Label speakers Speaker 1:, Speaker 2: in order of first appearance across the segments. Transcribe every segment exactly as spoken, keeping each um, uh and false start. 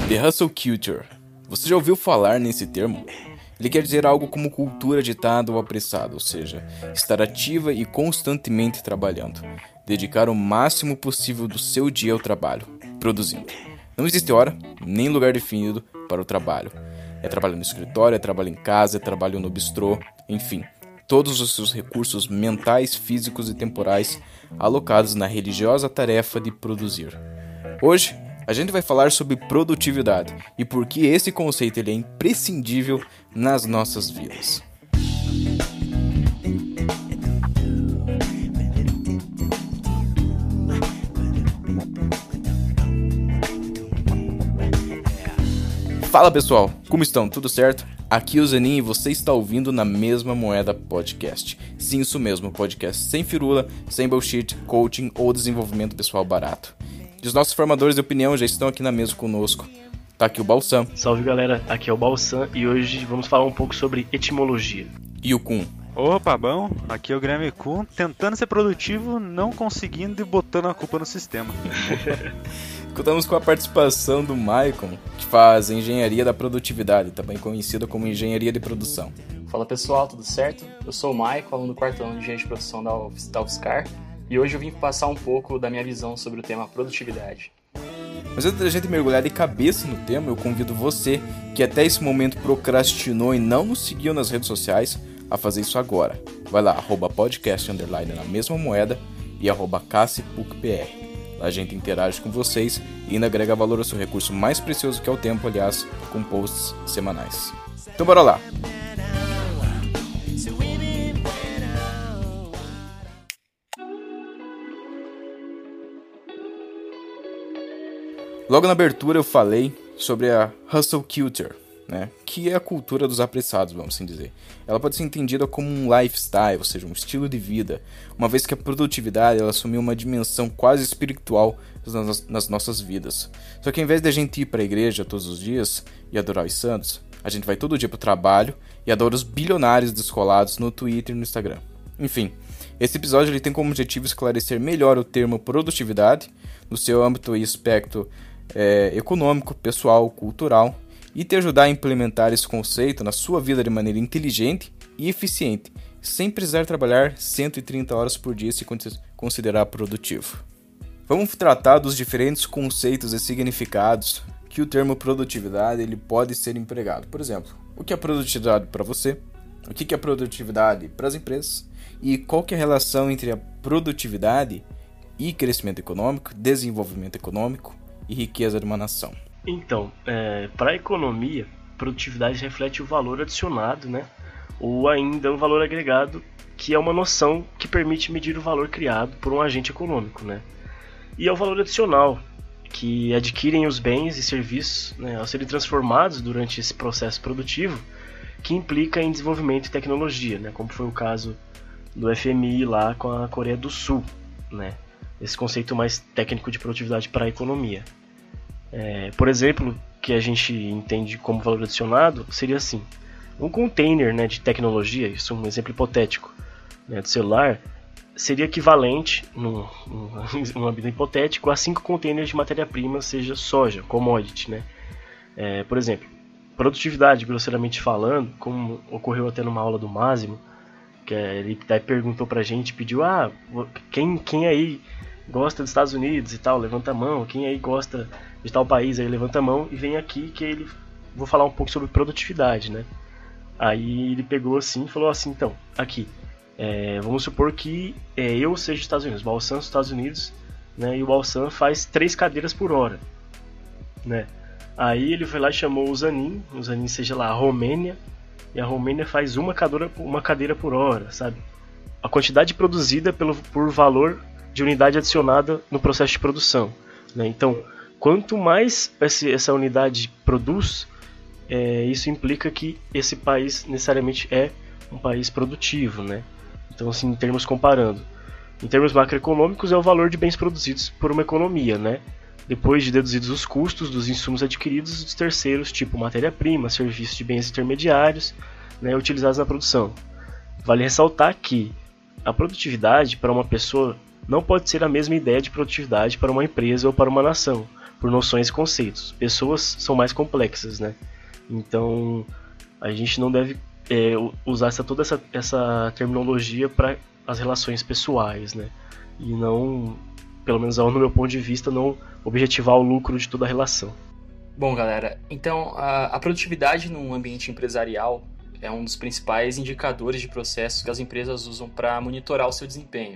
Speaker 1: The Hustle Culture. Você já ouviu falar nesse termo? Ele quer dizer algo como cultura ditada ou apressada, ou seja, estar ativa e constantemente trabalhando. Dedicar o máximo possível do seu dia ao trabalho, produzindo. Não existe hora, nem lugar definido para o trabalho. É trabalho no escritório, é trabalho em casa, é trabalho no bistrô, enfim. Todos os seus recursos mentais, físicos e temporais alocados na religiosa tarefa de produzir. Hoje, a gente vai falar sobre produtividade e por que esse conceito ele é imprescindível nas nossas vidas. Fala pessoal, como estão? Tudo certo? Aqui é o Zanin e você está ouvindo Na Mesma Moeda Podcast. Sim, isso mesmo, podcast sem firula, sem bullshit, coaching ou desenvolvimento pessoal barato. E os nossos formadores de opinião já estão aqui na mesa conosco. Tá aqui o Balsam.
Speaker 2: Salve galera, aqui é o Balsam e hoje vamos falar um pouco sobre etimologia.
Speaker 1: E o Kun.
Speaker 3: Opa, bom, aqui é o Guilherme Kun, tentando ser produtivo, não conseguindo e botando a culpa no sistema.
Speaker 1: Contamos com a participação do Maicon, que faz engenharia da produtividade, também conhecida como engenharia de produção.
Speaker 4: Fala pessoal, tudo certo? Eu sou o Maicon, aluno do quarto ano de engenharia de produção da U F S C A R, e hoje eu vim passar um pouco da minha visão sobre o tema produtividade.
Speaker 1: Mas antes da gente mergulhar de cabeça no tema, eu convido você, que até esse momento procrastinou e não nos seguiu nas redes sociais, a fazer isso agora. Vai lá, arroba podcast, underline na mesma moeda e arroba cassipucpr. Lá a gente interage com vocês e ainda agrega valor ao seu recurso mais precioso que é o tempo, aliás, com posts semanais. Então bora lá! Logo na abertura eu falei sobre a Hustle Culture, né? Que é a cultura dos apressados, vamos assim dizer. Ela pode ser entendida como um lifestyle, ou seja, um estilo de vida, uma vez que a produtividade ela assumiu uma dimensão quase espiritual nas, nas nossas vidas. Só que ao invés de a gente ir para a igreja todos os dias e adorar os santos, a gente vai todo dia para o trabalho e adora os bilionários descolados no Twitter e no Instagram. Enfim, esse episódio ele tem como objetivo esclarecer melhor o termo produtividade no seu âmbito e aspecto é, econômico, pessoal, cultural, e te ajudar a implementar esse conceito na sua vida de maneira inteligente e eficiente, sem precisar trabalhar cento e trinta horas por dia se considerar produtivo. Vamos tratar dos diferentes conceitos e significados que o termo produtividade ele pode ser empregado. Por exemplo, o que é produtividade para você? O que é produtividade para as empresas? E qual que é a relação entre a produtividade e crescimento econômico, desenvolvimento econômico e riqueza de uma nação?
Speaker 2: Então, é, para a economia, produtividade reflete o valor adicionado, né? Ou ainda o valor agregado, que é uma noção que permite medir o valor criado por um agente econômico, né? E é o valor adicional, que adquirem os bens e serviços, né, ao serem transformados durante esse processo produtivo, que implica em desenvolvimento e tecnologia, né? Como foi o caso do F M I lá com a Coreia do Sul, né? Esse conceito mais técnico de produtividade para a economia. É, por exemplo, que a gente entende como valor adicionado seria assim: um container, né, de tecnologia, isso é um exemplo hipotético, né, do celular, seria equivalente, num, num âmbito hipotético, a cinco containers de matéria-prima, seja soja, commodity, né? É, por exemplo, produtividade, grosseiramente falando, como ocorreu até numa aula do Máximo, que ele até perguntou pra gente, pediu, ah, quem, quem aí gosta dos Estados Unidos e tal, levanta a mão, quem aí gosta de tal país, aí levanta a mão e vem aqui que ele, vou falar um pouco sobre produtividade, né? Aí ele pegou assim e falou assim, então, aqui, é, vamos supor que é, eu seja dos Estados Unidos, o Balsam dos Estados Unidos, né? E o Balsam faz três cadeiras por hora, né? Aí ele foi lá e chamou o Zanin, o Zanin seja lá a Romênia, e a Romênia faz uma cadeira, uma cadeira por hora, sabe? A quantidade produzida pelo, por valor de unidade adicionada no processo de produção, né? Então, quanto mais esse, essa unidade produz, é, isso implica que esse país necessariamente é um país produtivo, né? Então, assim, em termos comparando, em termos macroeconômicos, é o valor de bens produzidos por uma economia, né? Depois de deduzidos os custos dos insumos adquiridos dos terceiros, tipo matéria-prima, serviços de bens intermediários, né, utilizados na produção. Vale ressaltar que a produtividade para uma pessoa não pode ser a mesma ideia de produtividade para uma empresa ou para uma nação, por noções e conceitos. Pessoas são mais complexas, né? Então a gente não deve é, usar essa, toda essa, essa terminologia para as relações pessoais, né? E não, pelo menos no meu ponto de vista, não objetivar o lucro de toda a relação.
Speaker 4: Bom, galera, então a, a produtividade num ambiente empresarial é um dos principais indicadores de processos que as empresas usam para monitorar o seu desempenho.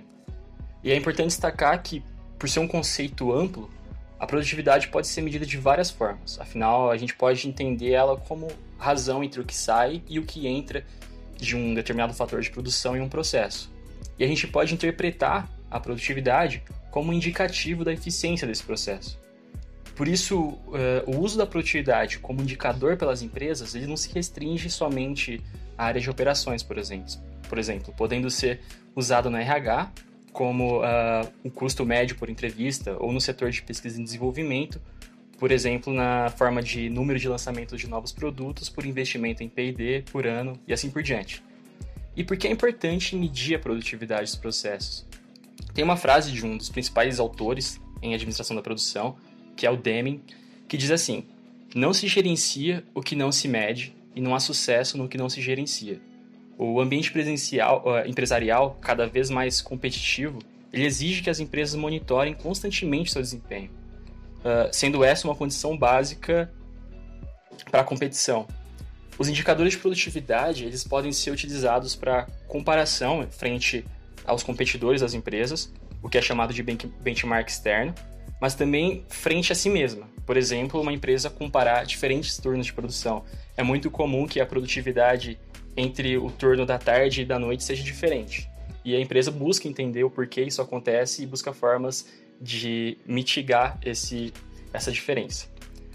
Speaker 4: E é importante destacar que, por ser um conceito amplo, a produtividade pode ser medida de várias formas. Afinal, a gente pode entender ela como razão entre o que sai e o que entra de um determinado fator de produção em um processo. E a gente pode interpretar a produtividade como um indicativo da eficiência desse processo. Por isso, uh, o uso da produtividade como indicador pelas empresas, ele não se restringe somente à área de operações, por exemplo, por exemplo podendo ser usado no R H como uh, o custo médio por entrevista, ou no setor de pesquisa e desenvolvimento, por exemplo, na forma de número de lançamentos de novos produtos por investimento em P e D por ano e assim por diante. E por que é importante medir a produtividade dos processos? Tem uma frase de um dos principais autores em administração da produção, que é o Deming, que diz assim: não se gerencia o que não se mede e não há sucesso no que não se gerencia. O ambiente presencial, uh, empresarial, cada vez mais competitivo, ele exige que as empresas monitorem constantemente seu desempenho, uh, sendo essa uma condição básica para a competição. Os indicadores de produtividade eles podem ser utilizados para comparação frente aos competidores das empresas, o que é chamado de benchmark externo, mas também frente a si mesma. Por exemplo, uma empresa comparar diferentes turnos de produção. É muito comum que a produtividade entre o turno da tarde e da noite seja diferente. E a empresa busca entender o porquê isso acontece e busca formas de mitigar esse, essa diferença.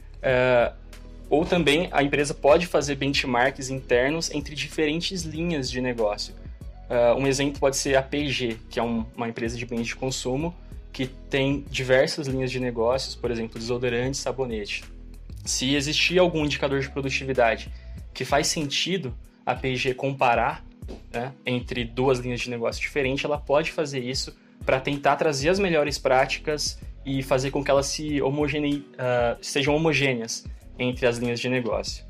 Speaker 4: Uh, ou também a empresa pode fazer benchmarks internos entre diferentes linhas de negócio. Uh, um exemplo pode ser a P e G, que é um, uma empresa de bens de consumo que tem diversas linhas de negócios, por exemplo, desodorante e sabonete. Se existir algum indicador de produtividade que faz sentido a P e G comparar, né, entre duas linhas de negócio diferentes, ela pode fazer isso para tentar trazer as melhores práticas e fazer com que elas se homogene... uh, sejam homogêneas entre as linhas de negócio.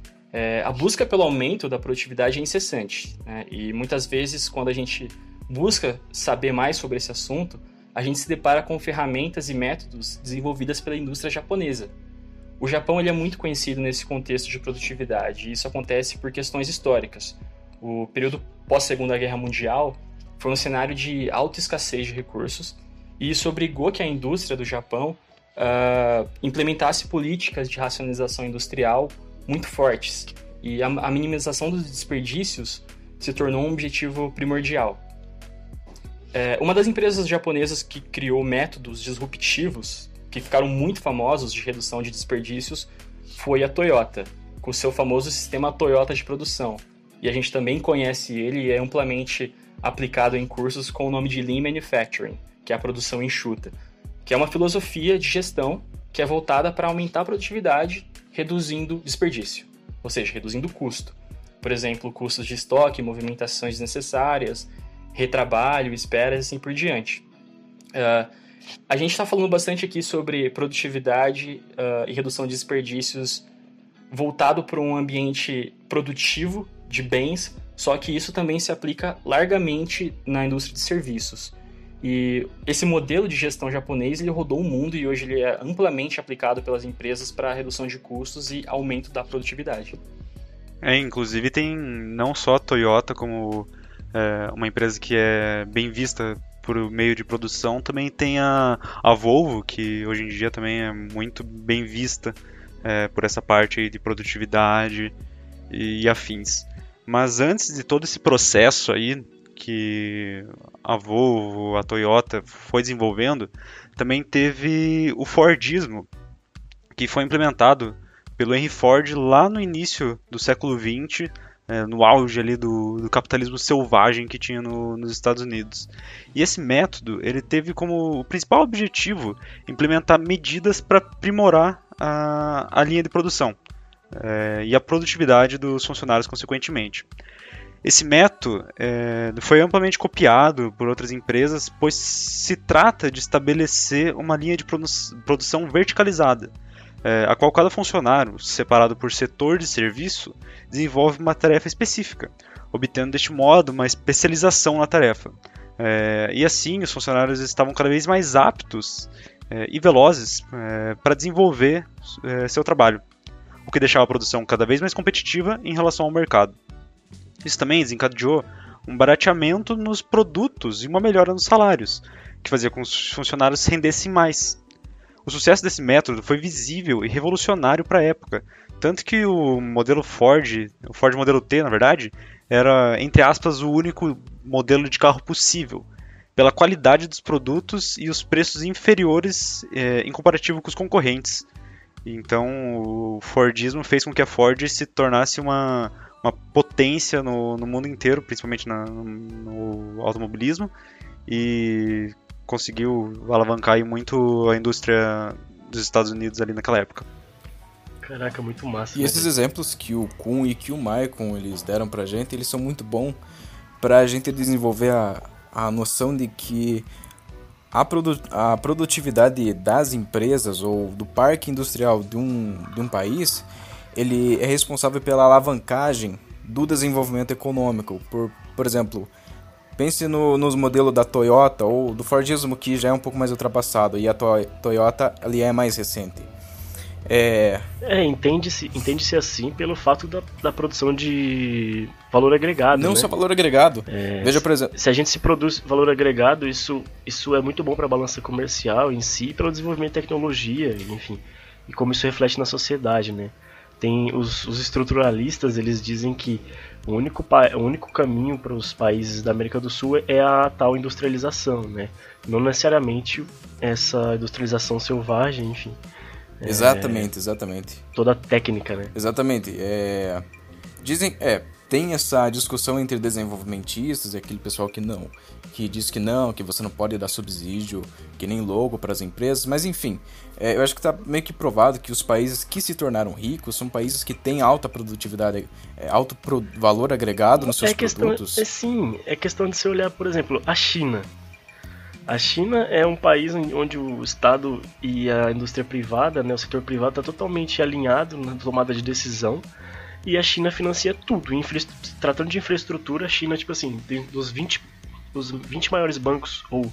Speaker 4: É, a busca pelo aumento da produtividade é incessante, né, e muitas vezes, quando a gente busca saber mais sobre esse assunto, a gente se depara com ferramentas e métodos desenvolvidas pela indústria japonesa. O Japão ele é muito conhecido nesse contexto de produtividade, e isso acontece por questões históricas. O período pós-Segunda Guerra Mundial foi um cenário de alta escassez de recursos, e isso obrigou que a indústria do Japão uh, implementasse políticas de racionalização industrial muito fortes, e a, a minimização dos desperdícios se tornou um objetivo primordial. É, uma das empresas japonesas que criou métodos disruptivos que ficaram muito famosos de redução de desperdícios foi a Toyota, com seu famoso sistema Toyota de produção. E a gente também conhece ele e é amplamente aplicado em cursos com o nome de Lean Manufacturing, que é a produção enxuta, que é uma filosofia de gestão que é voltada para aumentar a produtividade, reduzindo desperdício, ou seja, reduzindo o custo. Por exemplo, custos de estoque, movimentações desnecessárias, retrabalho, esperas e assim por diante. Uh, a gente está falando bastante aqui sobre produtividade uh, e redução de desperdícios voltado para um ambiente produtivo de bens, só que isso também se aplica largamente na indústria de serviços. E esse modelo de gestão japonês ele rodou o mundo e hoje ele é amplamente aplicado pelas empresas para redução de custos e aumento da produtividade.
Speaker 3: É, inclusive tem não só a Toyota como é, uma empresa que é bem vista por meio de produção, também tem a, a Volvo, que hoje em dia também é muito bem vista é, por essa parte aí de produtividade e, e afins. Mas antes de todo esse processo aí que a Volvo, a Toyota foi desenvolvendo, também teve o Fordismo, que foi implementado pelo Henry Ford lá no início do século vinte, é, no auge ali do, do capitalismo selvagem que tinha no, nos Estados Unidos. E esse método ele teve como o principal objetivo implementar medidas para aprimorar a, a linha de produção é, e a produtividade dos funcionários consequentemente. Esse método é, foi amplamente copiado por outras empresas, pois se trata de estabelecer uma linha de produ produção verticalizada, é, a qual cada funcionário, separado por setor de serviço, desenvolve uma tarefa específica, obtendo deste modo uma especialização na tarefa. É, e assim, os funcionários estavam cada vez mais aptos é, e velozes é, para desenvolver é, seu trabalho, o que deixava a produção cada vez mais competitiva em relação ao mercado. Isso também desencadeou um barateamento nos produtos e uma melhora nos salários, que fazia com que os funcionários rendessem mais. O sucesso desse método foi visível e revolucionário para a época, tanto que o modelo Ford, o Ford modelo T, na verdade, era, entre aspas, o único modelo de carro possível, pela qualidade dos produtos e os preços inferiores é, em comparativo com os concorrentes. Então, o Fordismo fez com que a Ford se tornasse uma uma potência no, no mundo inteiro, principalmente na, no, no automobilismo, e conseguiu alavancar aí muito a indústria dos Estados Unidos ali naquela época.
Speaker 2: Caraca, muito massa.
Speaker 1: E
Speaker 2: né?
Speaker 1: esses exemplos que o Kuhn e que o Maicon eles deram pra gente, eles são muito bons pra gente desenvolver a, a noção de que a, produ a produtividade das empresas ou do parque industrial de um, de um país, ele é responsável pela alavancagem do desenvolvimento econômico. Por, por exemplo, pense no, nos modelos da Toyota ou do Fordismo, que já é um pouco mais ultrapassado, e a to Toyota ali é mais recente. É,
Speaker 2: é entende-se entende-se assim pelo fato da, da produção de valor agregado.
Speaker 1: Não
Speaker 2: né?
Speaker 1: só valor agregado.
Speaker 2: É,
Speaker 1: Veja, por exemplo,
Speaker 2: se a gente se produz valor agregado, isso, isso é muito bom para a balança comercial em si, pelo desenvolvimento de tecnologia, enfim, e como isso reflete na sociedade, né? Tem os, os estruturalistas, eles dizem que o único, o único caminho para os países da América do Sul é a tal industrialização, né? Não necessariamente essa industrialização selvagem, enfim.
Speaker 1: Exatamente, é, exatamente.
Speaker 2: Toda a técnica, né?
Speaker 1: Exatamente. É, dizem, é, tem essa discussão entre desenvolvimentistas e aquele pessoal que não, que diz que não, que você não pode dar subsídio, que nem logo para as empresas, mas enfim, é, eu acho que está meio que provado que os países que se tornaram ricos são países que têm alta produtividade, é, alto pro, valor agregado nos seus
Speaker 2: é questão,
Speaker 1: produtos.
Speaker 2: É sim, é questão de se olhar, por exemplo, a China. A China é um país onde o Estado e a indústria privada, né, o setor privado está totalmente alinhado na tomada de decisão, e a China financia tudo. Infra... Tratando de infraestrutura, a China, tipo assim, tem dos vinte, os vinte maiores bancos ou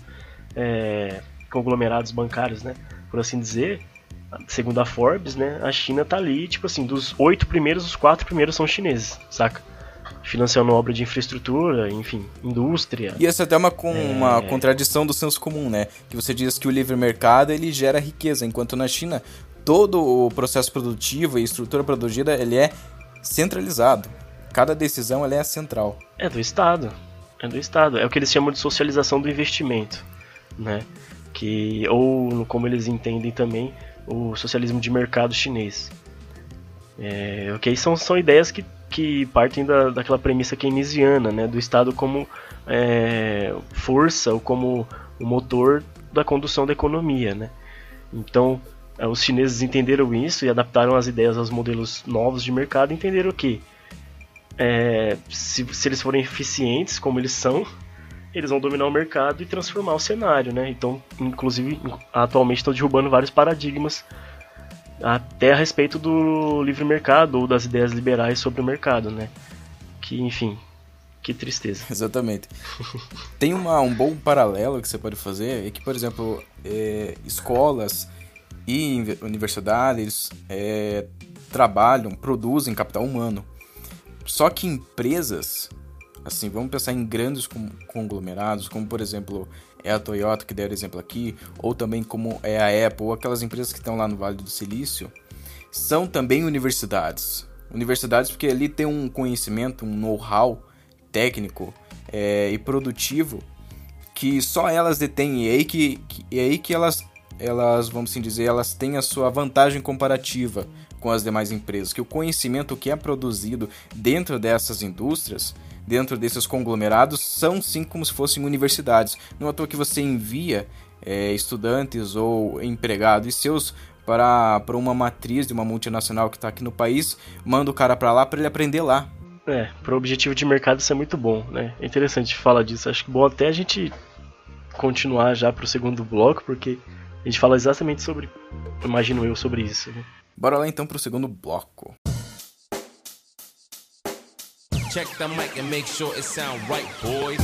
Speaker 2: é, conglomerados bancários, né, por assim dizer, segundo a Forbes, né, a China tá ali, tipo assim, dos oito primeiros, os quatro primeiros são chineses, saca? Financiando obra de infraestrutura, enfim, indústria.
Speaker 1: E essa é até uma, com, é... uma contradição do senso comum, né? Que você diz que o livre mercado ele gera riqueza, enquanto na China todo o processo produtivo e estrutura produzida ele é centralizado. Cada decisão ela é central.
Speaker 2: É do Estado. É do Estado. É o que eles chamam de socialização do investimento, né? Que, ou, como eles entendem também, o socialismo de mercado chinês. É, ok, são, são ideias que, que partem da, daquela premissa keynesiana, né, do Estado como é, força ou como o motor da condução da economia, né? Então, é, os chineses entenderam isso e adaptaram as ideias aos modelos novos de mercado e entenderam que é, se, se eles forem eficientes como eles são, eles vão dominar o mercado e transformar o cenário, né? Então, inclusive, atualmente estão derrubando vários paradigmas até a respeito do livre mercado ou das ideias liberais sobre o mercado, né? Que, enfim, que tristeza.
Speaker 1: Exatamente. Tem uma, um bom paralelo que você pode fazer, é que, por exemplo, é, escolas e universidades é, trabalham, produzem capital humano. Só que empresas, assim, vamos pensar em grandes conglomerados, como, por exemplo, é a Toyota, que deram exemplo aqui, ou também como é a Apple, ou aquelas empresas que estão lá no Vale do Silício, são também universidades. Universidades porque ali tem um conhecimento, um know-how técnico é, e produtivo que só elas detêm, e é aí que, que, é aí que elas, elas, vamos assim dizer, elas têm a sua vantagem comparativa com as demais empresas, que o conhecimento que é produzido dentro dessas indústrias, dentro desses conglomerados, são sim como se fossem universidades. Não é à toa que você envia é, estudantes ou empregados seus para, para uma matriz de uma multinacional que está aqui no país, manda o cara para lá para ele aprender lá.
Speaker 2: É, para o objetivo de mercado isso é muito bom, né? É interessante falar disso. Acho que bom até a gente continuar já pro segundo bloco, porque a gente fala exatamente sobre, imagino eu, sobre isso, né?
Speaker 1: Bora lá então pro segundo bloco.
Speaker 5: Check the mic and make sure it sound right, boys.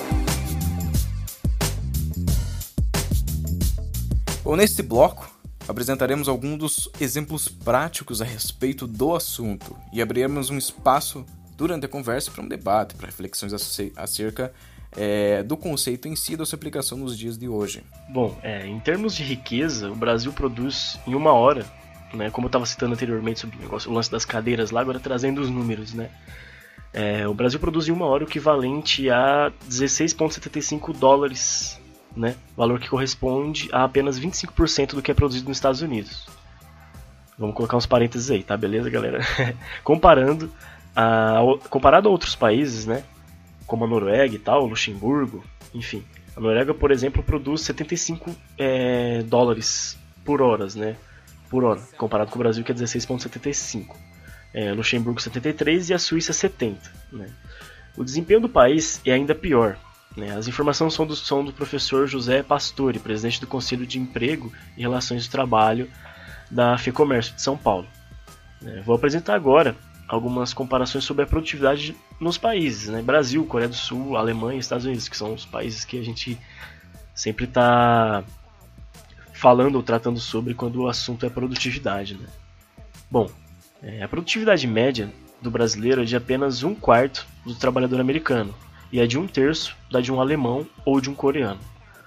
Speaker 1: Bom, neste bloco apresentaremos alguns dos exemplos práticos a respeito do assunto e abriremos um espaço durante a conversa para um debate, para reflexões acerca é, do conceito em si e da sua aplicação nos dias de hoje.
Speaker 2: Bom, é, em termos de riqueza, o Brasil produz em uma hora, né, como eu estava citando anteriormente sobre o, negócio, o lance das cadeiras lá, agora trazendo os números, né? É, o Brasil produz em uma hora o equivalente a dezesseis vírgula setenta e cinco dólares, né? Valor que corresponde a apenas vinte e cinco por cento do que é produzido nos Estados Unidos. Vamos colocar uns parênteses aí, tá? Beleza, galera? Comparando a, comparado a outros países, né? Como a Noruega e tal, Luxemburgo, enfim. A Noruega, por exemplo, produz setenta e cinco é, dólares por hora, né? Por hora, comparado com o Brasil, que é dezesseis vírgula setenta e cinco. É, Luxemburgo setenta e três e a Suíça setenta. Né? O desempenho do país é ainda pior. Né? As informações são do, são do professor José Pastore, presidente do Conselho de Emprego e Relações de Trabalho da FEComércio de São Paulo. É, vou apresentar agora algumas comparações sobre a produtividade nos países. Né? Brasil, Coreia do Sul, Alemanha e Estados Unidos, que são os países que a gente sempre está falando ou tratando sobre quando o assunto é produtividade. Né? Bom, a produtividade média do brasileiro é de apenas um quarto do trabalhador americano e é de um terço da de um alemão ou de um coreano.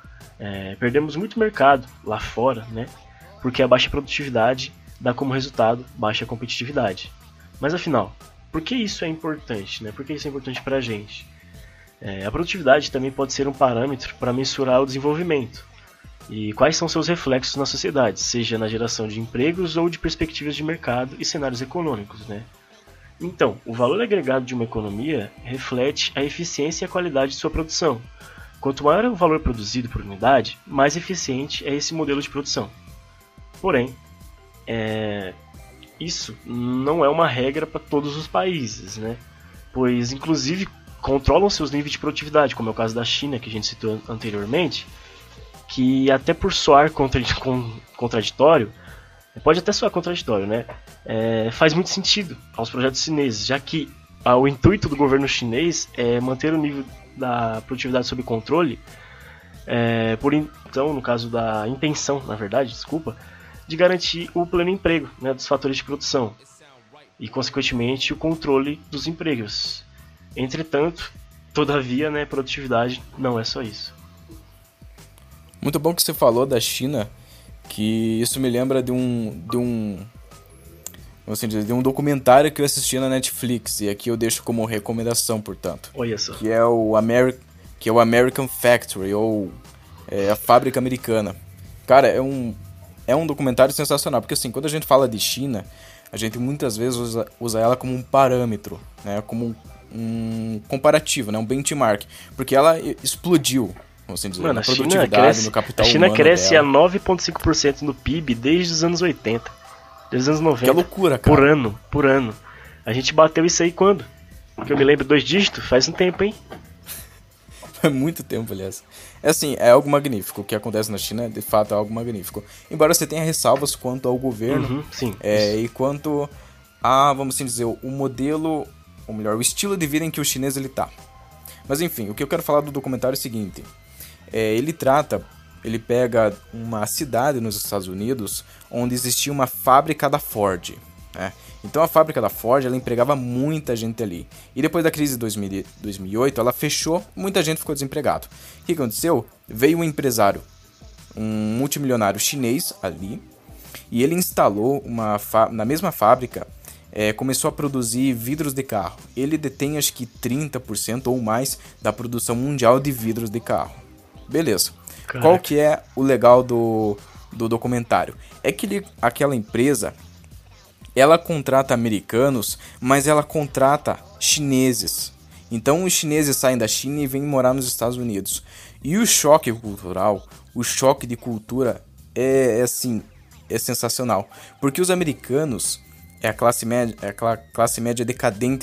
Speaker 2: É, perdemos muito mercado lá fora, né? Porque a baixa produtividade dá como resultado baixa competitividade. Mas afinal, por que isso é importante? Né? Por que isso é importante para a gente? É, a produtividade também pode ser um parâmetro para mensurar o desenvolvimento. E quais são seus reflexos na sociedade, seja na geração de empregos ou de perspectivas de mercado e cenários econômicos, né? Então, o valor agregado de uma economia reflete a eficiência e a qualidade de sua produção. Quanto maior é o valor produzido por unidade, mais eficiente é esse modelo de produção. Porém, é... isso não é uma regra para todos os países, né? Pois, inclusive, controlam seus níveis de produtividade, como é o caso da China, que a gente citou anteriormente, que até por soar contra, contraditório, pode até soar contraditório, né? É, faz muito sentido aos projetos chineses, já que ah, o intuito do governo chinês é manter o nível da produtividade sob controle, é, por então, no caso da intenção, na verdade, desculpa, de garantir o pleno emprego, né, dos fatores de produção e, consequentemente, o controle dos empregos. Entretanto, todavia, né, produtividade não é só isso.
Speaker 1: Muito bom que você falou da China, que isso me lembra de um de um assim dizer, de um documentário que eu assisti na Netflix, e aqui eu deixo como recomendação, portanto.
Speaker 2: Olha só.
Speaker 1: Que é o Ameri- que é o American Factory, ou é, a Fábrica Americana. Cara, é um é um documentário sensacional, porque assim, quando a gente fala de China, a gente muitas vezes usa, usa ela como um parâmetro, né, como um, um comparativo, né, um benchmark, porque ela explodiu. Assim dizer,
Speaker 2: Mano,
Speaker 1: na
Speaker 2: a China
Speaker 1: produtividade,
Speaker 2: cresce,
Speaker 1: no capital
Speaker 2: a China
Speaker 1: humano
Speaker 2: cresce
Speaker 1: dela.
Speaker 2: a nove vírgula cinco por cento no P I B desde os anos oitenta. Desde os anos noventa.
Speaker 1: Que é loucura, cara.
Speaker 2: Por ano, por ano. A gente bateu isso aí quando? Que eu me lembro, dois dígitos? Faz um tempo, hein?
Speaker 1: Faz muito tempo, aliás. É assim, é algo magnífico. O que acontece na China, de fato, é algo magnífico. Embora você tenha ressalvas quanto ao governo,
Speaker 2: Uhum, sim.
Speaker 1: é, e quanto a, vamos assim dizer, o modelo, ou melhor, o estilo de vida em que o chinês ele tá. Mas enfim, o que eu quero falar do documentário é o seguinte. É, ele trata, ele pega uma cidade nos Estados Unidos onde existia uma fábrica da Ford, né? Então a fábrica da Ford, ela empregava muita gente ali. E depois da crise de dois mil e oito, ela fechou, muita gente ficou desempregado. O que aconteceu? Veio um empresário, um multimilionário chinês ali, e ele instalou uma na mesma fábrica, é, começou a produzir vidros de carro. Ele detém acho que trinta por cento ou mais da produção mundial de vidros de carro. Beleza. Caraca. Qual que é o legal do, do documentário? É que ele, aquela empresa, ela contrata americanos, mas ela contrata chineses. Então os chineses saem da China e vêm morar nos Estados Unidos. E o choque cultural, o choque de cultura é, é assim, é sensacional. Porque os americanos é a classe média, é a classe média decadente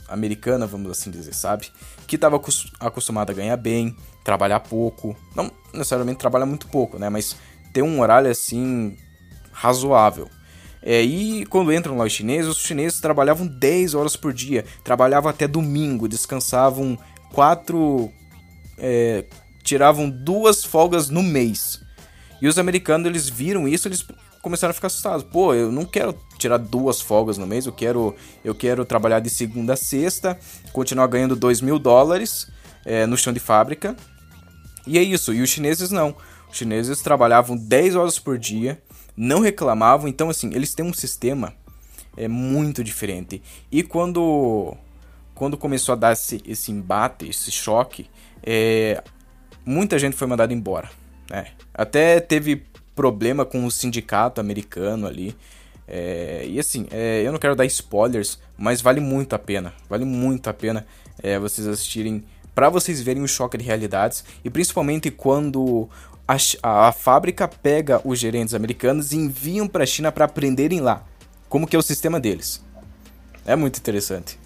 Speaker 1: americana, vamos assim dizer, sabe? Que estava acostumada a ganhar bem, trabalhar pouco, não necessariamente trabalhar muito pouco, né? Mas ter um horário assim razoável. É, e quando entram lá os chineses, os chineses trabalhavam dez horas por dia, trabalhavam até domingo, descansavam quatro, é, tiravam duas folgas no mês. E os americanos, eles viram isso, eles começaram a ficar assustados. Pô, eu não quero tirar duas folgas no mês, eu quero, eu quero trabalhar de segunda a sexta, continuar ganhando dois mil dólares é, no chão de fábrica. E é isso, e os chineses não. Os chineses trabalhavam dez horas por dia, não reclamavam, então assim, eles têm um sistema é, muito diferente. E quando, quando começou a dar esse, esse embate, esse choque, é, muita gente foi mandada embora, né? Até teve problema com o sindicato americano ali. É, e assim, é, eu não quero dar spoilers, mas vale muito a pena. Vale muito a pena é, vocês assistirem, para vocês verem o choque de realidades. E principalmente quando a, a, a fábrica pega os gerentes americanos e enviam para a China para aprenderem lá como que é o sistema deles. É muito interessante.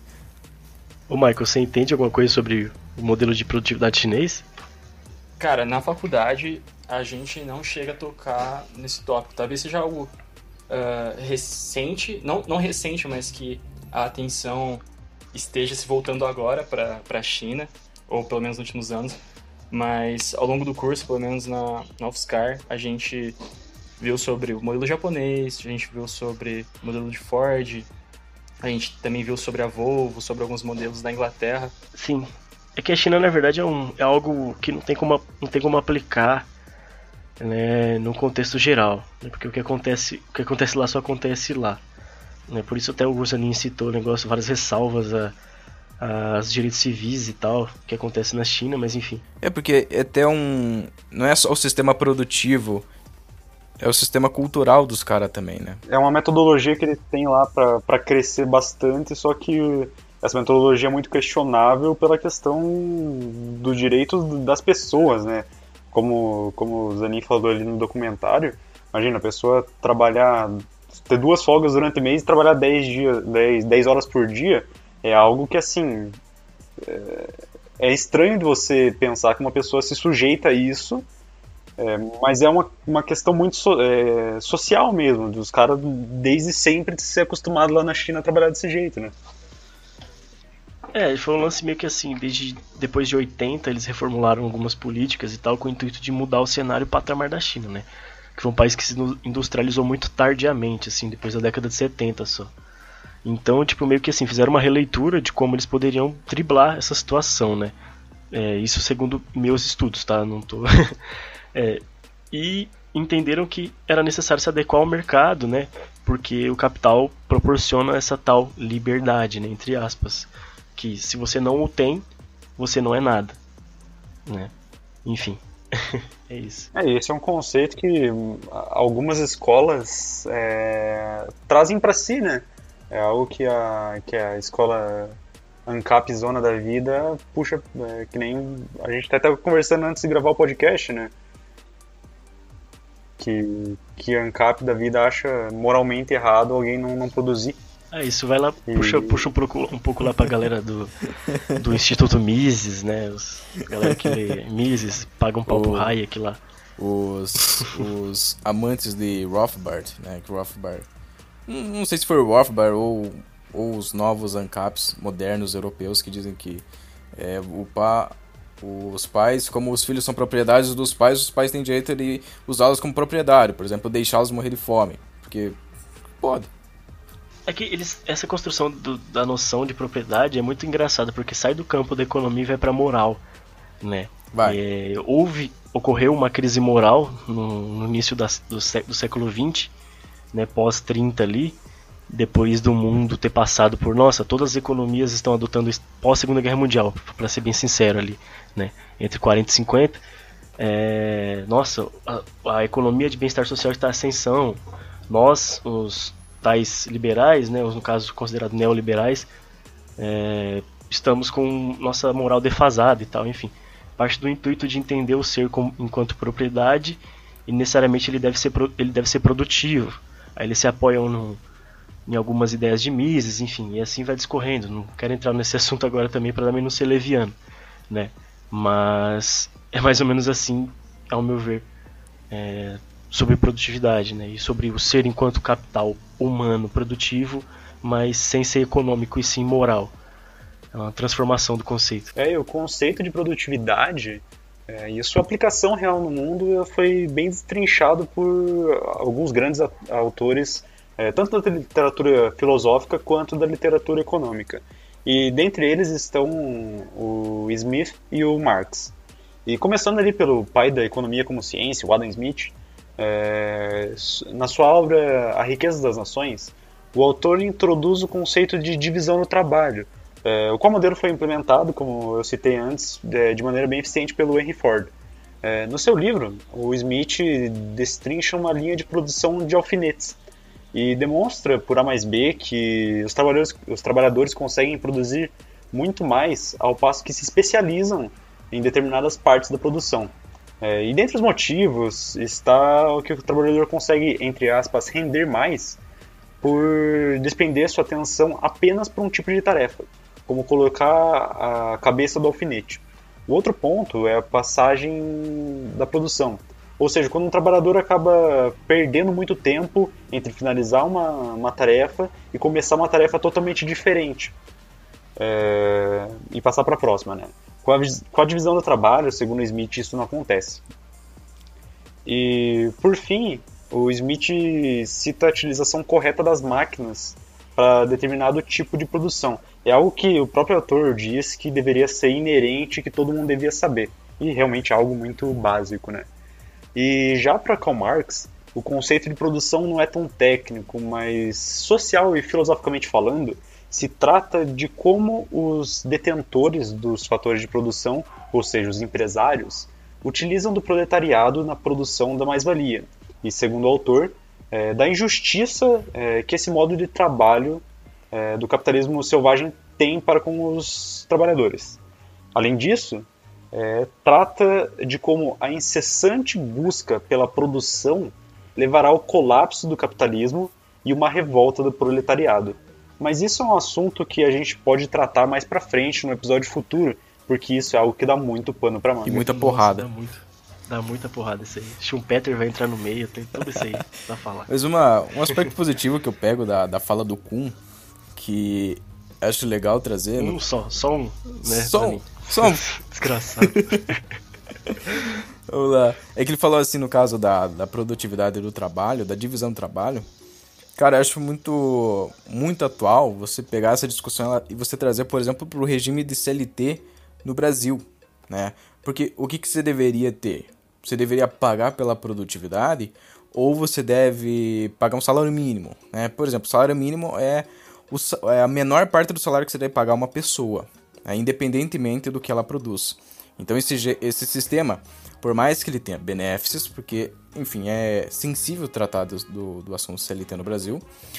Speaker 2: Ô Michael, você entende alguma coisa sobre o modelo de produtividade chinês?
Speaker 4: Cara, na faculdade a gente não chega a tocar nesse tópico. Talvez seja algo uh, recente, não, não recente, mas que a atenção esteja se voltando agora para a China, ou pelo menos nos últimos anos. Mas ao longo do curso, pelo menos na, na UFSCar, a gente viu sobre o modelo japonês, a gente viu sobre o modelo de Ford, a gente também viu sobre a Volvo, sobre alguns modelos da Inglaterra.
Speaker 2: Sim. É que a China, na verdade, é, um, é algo que não tem como, não tem como aplicar, né, no contexto geral, né, porque o que, acontece, o que acontece lá só acontece lá. Né, por isso até o Rosanin citou o negócio, várias ressalvas a, a, aos direitos civis e tal, que acontece na China, mas enfim.
Speaker 1: É porque é até um... não é só o sistema produtivo, é o sistema cultural dos caras também, né?
Speaker 3: É uma metodologia que eles têm lá pra, pra crescer bastante, só que... essa metodologia é muito questionável pela questão do direito das pessoas, né? Como, como o Zanin falou ali no documentário, imagina, a pessoa trabalhar, ter duas folgas durante o mês e trabalhar dez, dias, dez, dez horas por dia, é algo que, assim, é, é estranho de você pensar que uma pessoa se sujeita a isso, é, mas é uma, uma questão muito so, é, social mesmo, dos caras desde sempre de ser acostumado lá na China a trabalhar desse jeito, né?
Speaker 2: É, foi um lance meio que assim, desde depois de oitenta eles reformularam algumas políticas e tal, com o intuito de mudar o cenário e o patamar da China, né? Que foi um país que se industrializou muito tardiamente, assim, depois da década de setenta só. Então, tipo, meio que assim, fizeram uma releitura de como eles poderiam driblar essa situação, né? É, isso segundo meus estudos, tá? Não tô... é, e entenderam que era necessário se adequar ao mercado, né? Porque o capital proporciona essa tal liberdade, né? Entre aspas. Que se você não o tem, você não é nada, né? Enfim, é isso.
Speaker 3: É, esse é um conceito que algumas escolas é, trazem para si, né? É algo que a, que a escola ANCAP Zona da Vida puxa, é, que nem a gente até estava conversando antes de gravar o podcast, né? Que, que a ANCAP da Vida acha moralmente errado alguém não, não produzir.
Speaker 2: É, isso vai lá, puxa, e... puxa um, pouco, um pouco lá pra galera do, do Instituto Mises, né? Os, a galera que lê Mises, paga um pau o, pro Hayek lá.
Speaker 1: Os, os amantes de Rothbard, né? Que Rothbard... Não sei se foi o Rothbard ou, ou os novos ANCAPs modernos europeus que dizem que é, o pa, os pais, como os filhos são propriedades dos pais, os pais têm direito de usá-los como propriedade. Por exemplo, deixá-los morrer de fome. Porque pode.
Speaker 2: É que eles, essa construção do, da noção de propriedade é muito engraçada, porque sai do campo da economia e vai pra moral, né?
Speaker 1: Vai.
Speaker 2: É, houve, ocorreu uma crise moral no, no início da, do, sé, do século vinte, né, pós trinta ali, depois do mundo ter passado por, nossa, todas as economias estão adotando pós Segunda Guerra Mundial, pra ser bem sincero ali, né? Entre quarenta e cinquenta, é, nossa, a, a economia de bem-estar social está em ascensão, nós, os tais liberais, né, no caso considerados neoliberais, é, estamos com nossa moral defasada e tal, enfim. Parte do intuito de entender o ser como, enquanto propriedade, e necessariamente ele deve ser, ele deve ser produtivo. Aí eles se apoiam no, em algumas ideias de Mises, enfim, e assim vai discorrendo. Não quero entrar nesse assunto agora também para também não ser leviano, né? Mas é mais ou menos assim, ao meu ver, é, sobre produtividade, né? E sobre o ser enquanto capital humano produtivo, mas sem ser econômico e sim moral. É uma transformação do conceito.
Speaker 3: É, e o conceito de produtividade é, e a sua aplicação real no mundo foi bem destrinchado por alguns grandes autores, é, tanto da literatura filosófica quanto da literatura econômica. E dentre eles estão o Smith e o Marx. E começando ali pelo pai da economia como ciência, o Adam Smith, é, na sua obra A Riqueza das Nações, o autor introduz o conceito de divisão do trabalho, é, o qual modelo foi implementado, como eu citei antes, é, de maneira bem eficiente pelo Henry Ford. É, no seu livro, o Smith destrincha uma linha de produção de alfinetes e demonstra por A mais B que os trabalhadores, os trabalhadores conseguem produzir muito mais ao passo que se especializam em determinadas partes da produção. É, e dentre os motivos está o que o trabalhador consegue, entre aspas, render mais por despender sua atenção apenas para um tipo de tarefa, como colocar a cabeça do alfinete. O outro ponto é a passagem da produção, ou seja, quando um trabalhador acaba perdendo muito tempo entre finalizar uma, uma tarefa e começar uma tarefa totalmente diferente, é, e passar para a próxima, né? Com a, com a divisão do trabalho, segundo Smith, isso não acontece. E, por fim, o Smith cita a utilização correta das máquinas para determinado tipo de produção. É algo que o próprio autor diz que deveria ser inerente, que todo mundo devia saber. E realmente é algo muito básico, né? E já para Karl Marx, o conceito de produção não é tão técnico, mas social e filosoficamente falando, se trata de como os detentores dos fatores de produção, ou seja, os empresários, utilizam do proletariado na produção da mais-valia. E, segundo o autor, é, da injustiça é, que esse modo de trabalho é, do capitalismo selvagem tem para com os trabalhadores. Além disso, é, trata de como a incessante busca pela produção levará ao colapso do capitalismo e uma revolta do proletariado. Mas isso é um assunto que a gente pode tratar mais pra frente, no episódio futuro, porque isso é algo que dá muito pano pra manga.
Speaker 1: E muita porrada.
Speaker 2: Nossa, dá, muito, dá muita porrada isso aí. Schumpeter vai entrar no meio, tem tudo isso aí pra falar.
Speaker 1: Mas uma, um aspecto positivo que eu pego da, da fala do Kuhn, que acho legal trazer...
Speaker 2: Um
Speaker 1: no...
Speaker 2: só, só um, né?
Speaker 1: Só um, só um.
Speaker 2: Desgraçado.
Speaker 1: Vamos lá. É que ele falou assim, no caso da, da produtividade do trabalho, da divisão do trabalho. Cara, eu acho muito, muito atual você pegar essa discussão e você trazer, por exemplo, para o regime de C L T no Brasil, né? Porque o que, que você deveria ter? Você deveria pagar pela produtividade ou você deve pagar um salário mínimo, né? Por exemplo, o salário mínimo é, o, é a menor parte do salário que você deve pagar a uma pessoa, né? Independentemente do que ela produz. Então esse, esse sistema, por mais que ele tenha benefícios, porque, enfim, é sensível tratar do, do, do assunto C L T no Brasil,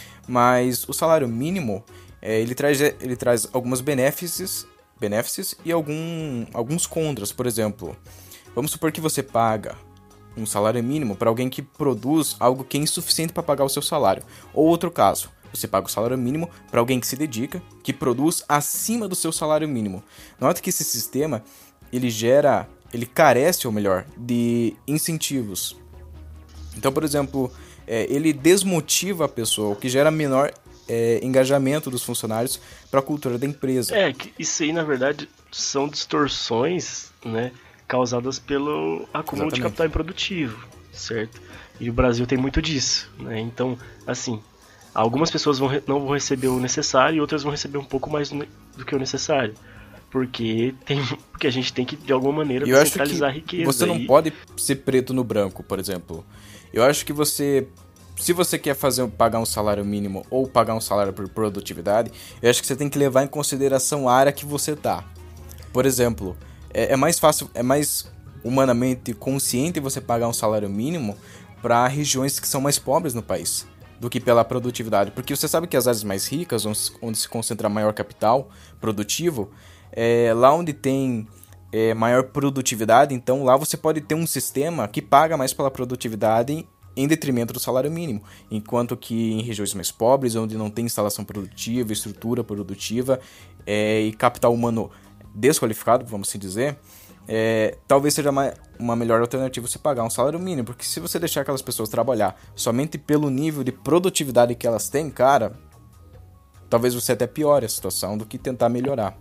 Speaker 1: mas o salário mínimo, é, ele, traz, ele traz alguns benefícios, benefícios e algum, alguns contras. Por exemplo, vamos supor que você paga um salário mínimo para alguém que produz algo que é insuficiente para pagar o seu salário. Ou outro caso, você paga o salário mínimo para alguém que se dedica, que produz acima do seu salário mínimo. Nota que esse sistema, ele gera... ele carece, ou melhor, de incentivos. Então, por exemplo, é, ele desmotiva a pessoa, o que gera menor é, engajamento dos funcionários para a cultura da empresa.
Speaker 2: É, que isso aí, na verdade, são distorções, né, causadas pelo acúmulo Exatamente. de capital improdutivo, certo? E o Brasil tem muito disso, né? Então, assim, algumas pessoas vão re- não vão receber o necessário e outras vão receber um pouco mais do que o necessário. Porque, tem, porque a gente tem que, de alguma maneira,
Speaker 1: eu
Speaker 2: descentralizar a riqueza.
Speaker 1: Você não
Speaker 2: e...
Speaker 1: pode ser preto no branco, por exemplo. Eu acho que você... Se você quer fazer, pagar um salário mínimo ou pagar um salário por produtividade, eu acho que você tem que levar em consideração a área que você tá. Por exemplo, é, é mais fácil, é mais humanamente consciente você pagar um salário mínimo para regiões que são mais pobres no país do que pela produtividade. Porque você sabe que as áreas mais ricas, onde, onde se concentra maior capital produtivo... É, lá onde tem é, maior produtividade, então lá você pode ter um sistema que paga mais pela produtividade em detrimento do salário mínimo, enquanto que em regiões mais pobres, onde não tem instalação produtiva, estrutura produtiva é, e capital humano desqualificado, vamos assim dizer, é, talvez seja uma, uma melhor alternativa você pagar um salário mínimo, porque se você deixar aquelas pessoas trabalhar somente pelo nível de produtividade que elas têm, cara, talvez você até piore a situação do que tentar melhorar.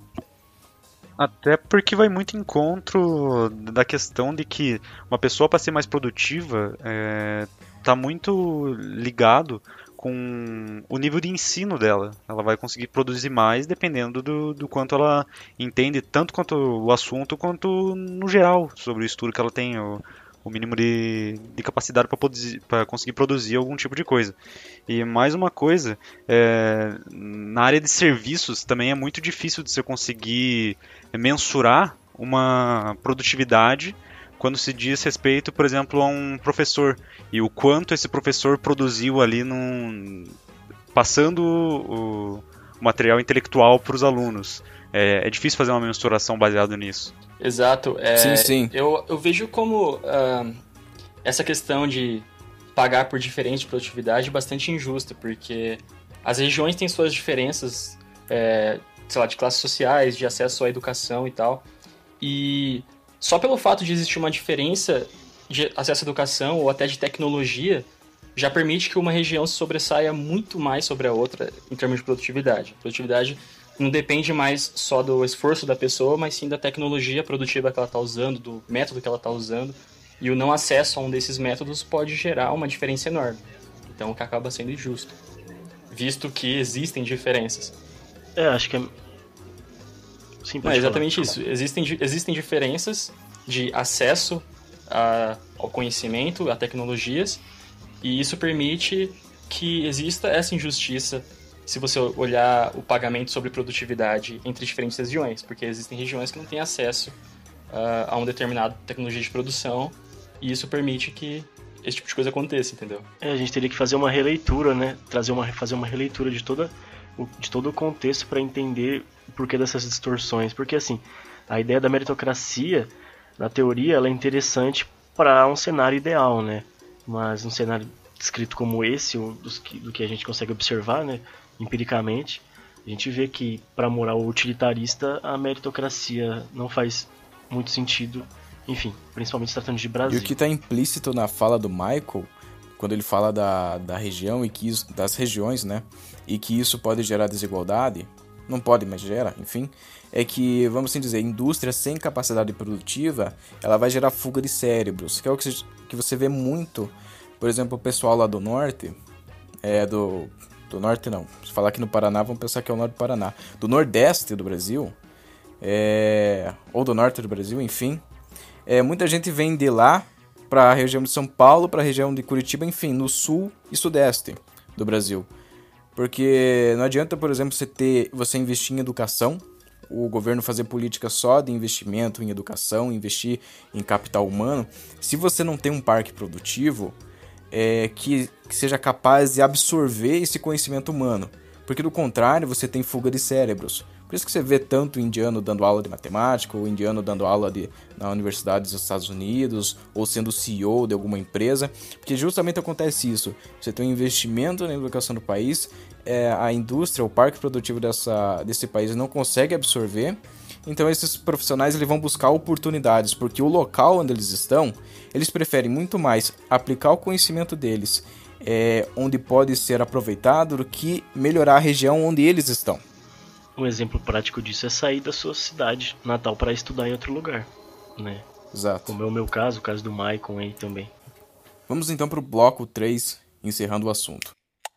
Speaker 3: Até porque vai muito em encontro da questão de que uma pessoa, para ser mais produtiva, está muito ligado com o nível de ensino dela. Ela vai conseguir produzir mais dependendo do, do quanto ela entende, tanto quanto o assunto, quanto no geral, sobre o estudo que ela tem, o, o mínimo de, de capacidade para conseguir produzir algum tipo de coisa. E mais uma coisa, é, na área de serviços também é muito difícil de você conseguir mensurar uma produtividade quando se diz respeito, por exemplo, a um professor e o quanto esse professor produziu ali num, passando o, o material intelectual para os alunos. É, é difícil fazer uma mensuração baseada nisso.
Speaker 4: Exato. É,
Speaker 1: sim, sim.
Speaker 4: Eu, eu vejo como uh, essa questão de pagar por diferença de produtividade bastante injusta, porque as regiões têm suas diferenças, é, sei lá, de classes sociais, de acesso à educação e tal, e só pelo fato de existir uma diferença de acesso à educação ou até de tecnologia, já permite que uma região se sobressaia muito mais sobre a outra em termos de produtividade. Produtividade não depende mais só do esforço da pessoa, mas sim da tecnologia produtiva que ela está usando, do método que ela está usando. E o não acesso a um desses métodos pode gerar uma diferença enorme. Então, o que acaba sendo injusto, visto que existem diferenças.
Speaker 2: É, acho que é... Sim, pode
Speaker 4: não, é exatamente
Speaker 2: falar.
Speaker 4: isso. Existem, existem diferenças de acesso a, ao conhecimento, a tecnologias, e isso permite que exista essa injustiça se você olhar o pagamento sobre produtividade entre diferentes regiões, porque existem regiões que não têm acesso uh, a uma determinada tecnologia de produção, e isso permite que esse tipo de coisa aconteça, entendeu?
Speaker 2: É, a gente teria que fazer uma releitura, né? Trazer uma, fazer uma releitura de, toda, de todo o contexto para entender o porquê dessas distorções. Porque, assim, a ideia da meritocracia, na teoria, ela é interessante para um cenário ideal, né? Mas um cenário descrito como esse, ou dos que, do que a gente consegue observar, né, empiricamente, a gente vê que, para a moral utilitarista, a meritocracia não faz muito sentido, enfim, principalmente se tratando de Brasil.
Speaker 1: E o que está implícito na fala do Michael, quando ele fala da, da região e que isso, das regiões, né, e que isso pode gerar desigualdade, não pode, mas gera, enfim, é que, vamos assim dizer, indústria sem capacidade produtiva, ela vai gerar fuga de cérebros, que é o que você, que você vê muito, por exemplo, o pessoal lá do norte, é do, do norte não, se falar aqui no Paraná, vamos pensar que é o norte do Paraná, do nordeste do Brasil, é, ou do norte do Brasil, enfim, é, muita gente vem de lá para a região de São Paulo, para a região de Curitiba, enfim, no sul e sudeste do Brasil. Porque não adianta, por exemplo, você, ter, você investir em educação, o governo fazer política só de investimento em educação, investir em capital humano, se você não tem um parque produtivo é, que, que seja capaz de absorver esse conhecimento humano. Porque do contrário, você tem fuga de cérebros. Por isso que você vê tanto indiano dando aula de matemática, ou indiano dando aula de, na universidade dos Estados Unidos, ou sendo C E O de alguma empresa, porque justamente acontece isso. Você tem um investimento na educação do país, é, a indústria, o parque produtivo dessa, desse país não consegue absorver, então esses profissionais eles vão buscar oportunidades, porque o local onde eles estão, eles preferem muito mais aplicar o conhecimento deles, é, onde pode ser aproveitado, do que melhorar a região onde eles estão.
Speaker 2: Um exemplo prático disso é sair da sua cidade natal para estudar em outro lugar, né?
Speaker 1: Exato.
Speaker 2: Como é o meu caso, o caso do Maicon aí também.
Speaker 1: Vamos então para o bloco três, encerrando o assunto.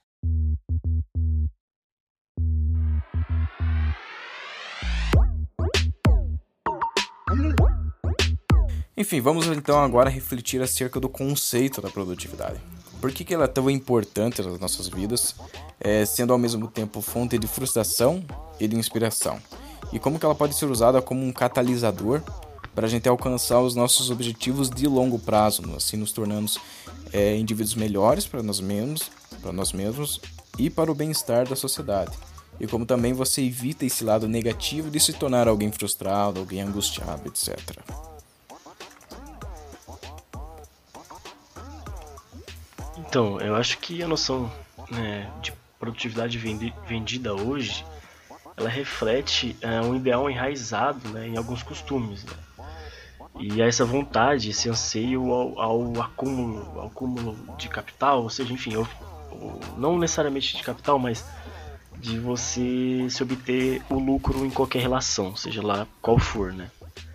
Speaker 1: Enfim, vamos então agora refletir acerca do conceito da produtividade. Por que, que ela é tão importante nas nossas vidas, é, sendo ao mesmo tempo fonte de frustração e de inspiração? E como que ela pode ser usada como um catalisador para a gente alcançar os nossos objetivos de longo prazo, assim nos tornando é, indivíduos melhores para nós mesmos, para nós mesmos e para o bem-estar da sociedade. E como também você evita esse lado negativo de se tornar alguém frustrado, alguém angustiado, etcétera.
Speaker 2: Então, eu acho que a noção, né, de produtividade vendi- vendida hoje, ela reflete é, um ideal enraizado, né, em alguns costumes, né? E essa vontade, esse anseio ao, ao acúmulo, ao acúmulo de capital, ou seja, enfim, ou, ou, não necessariamente de capital, mas de você se obter o lucro em qualquer relação, seja lá qual for, né?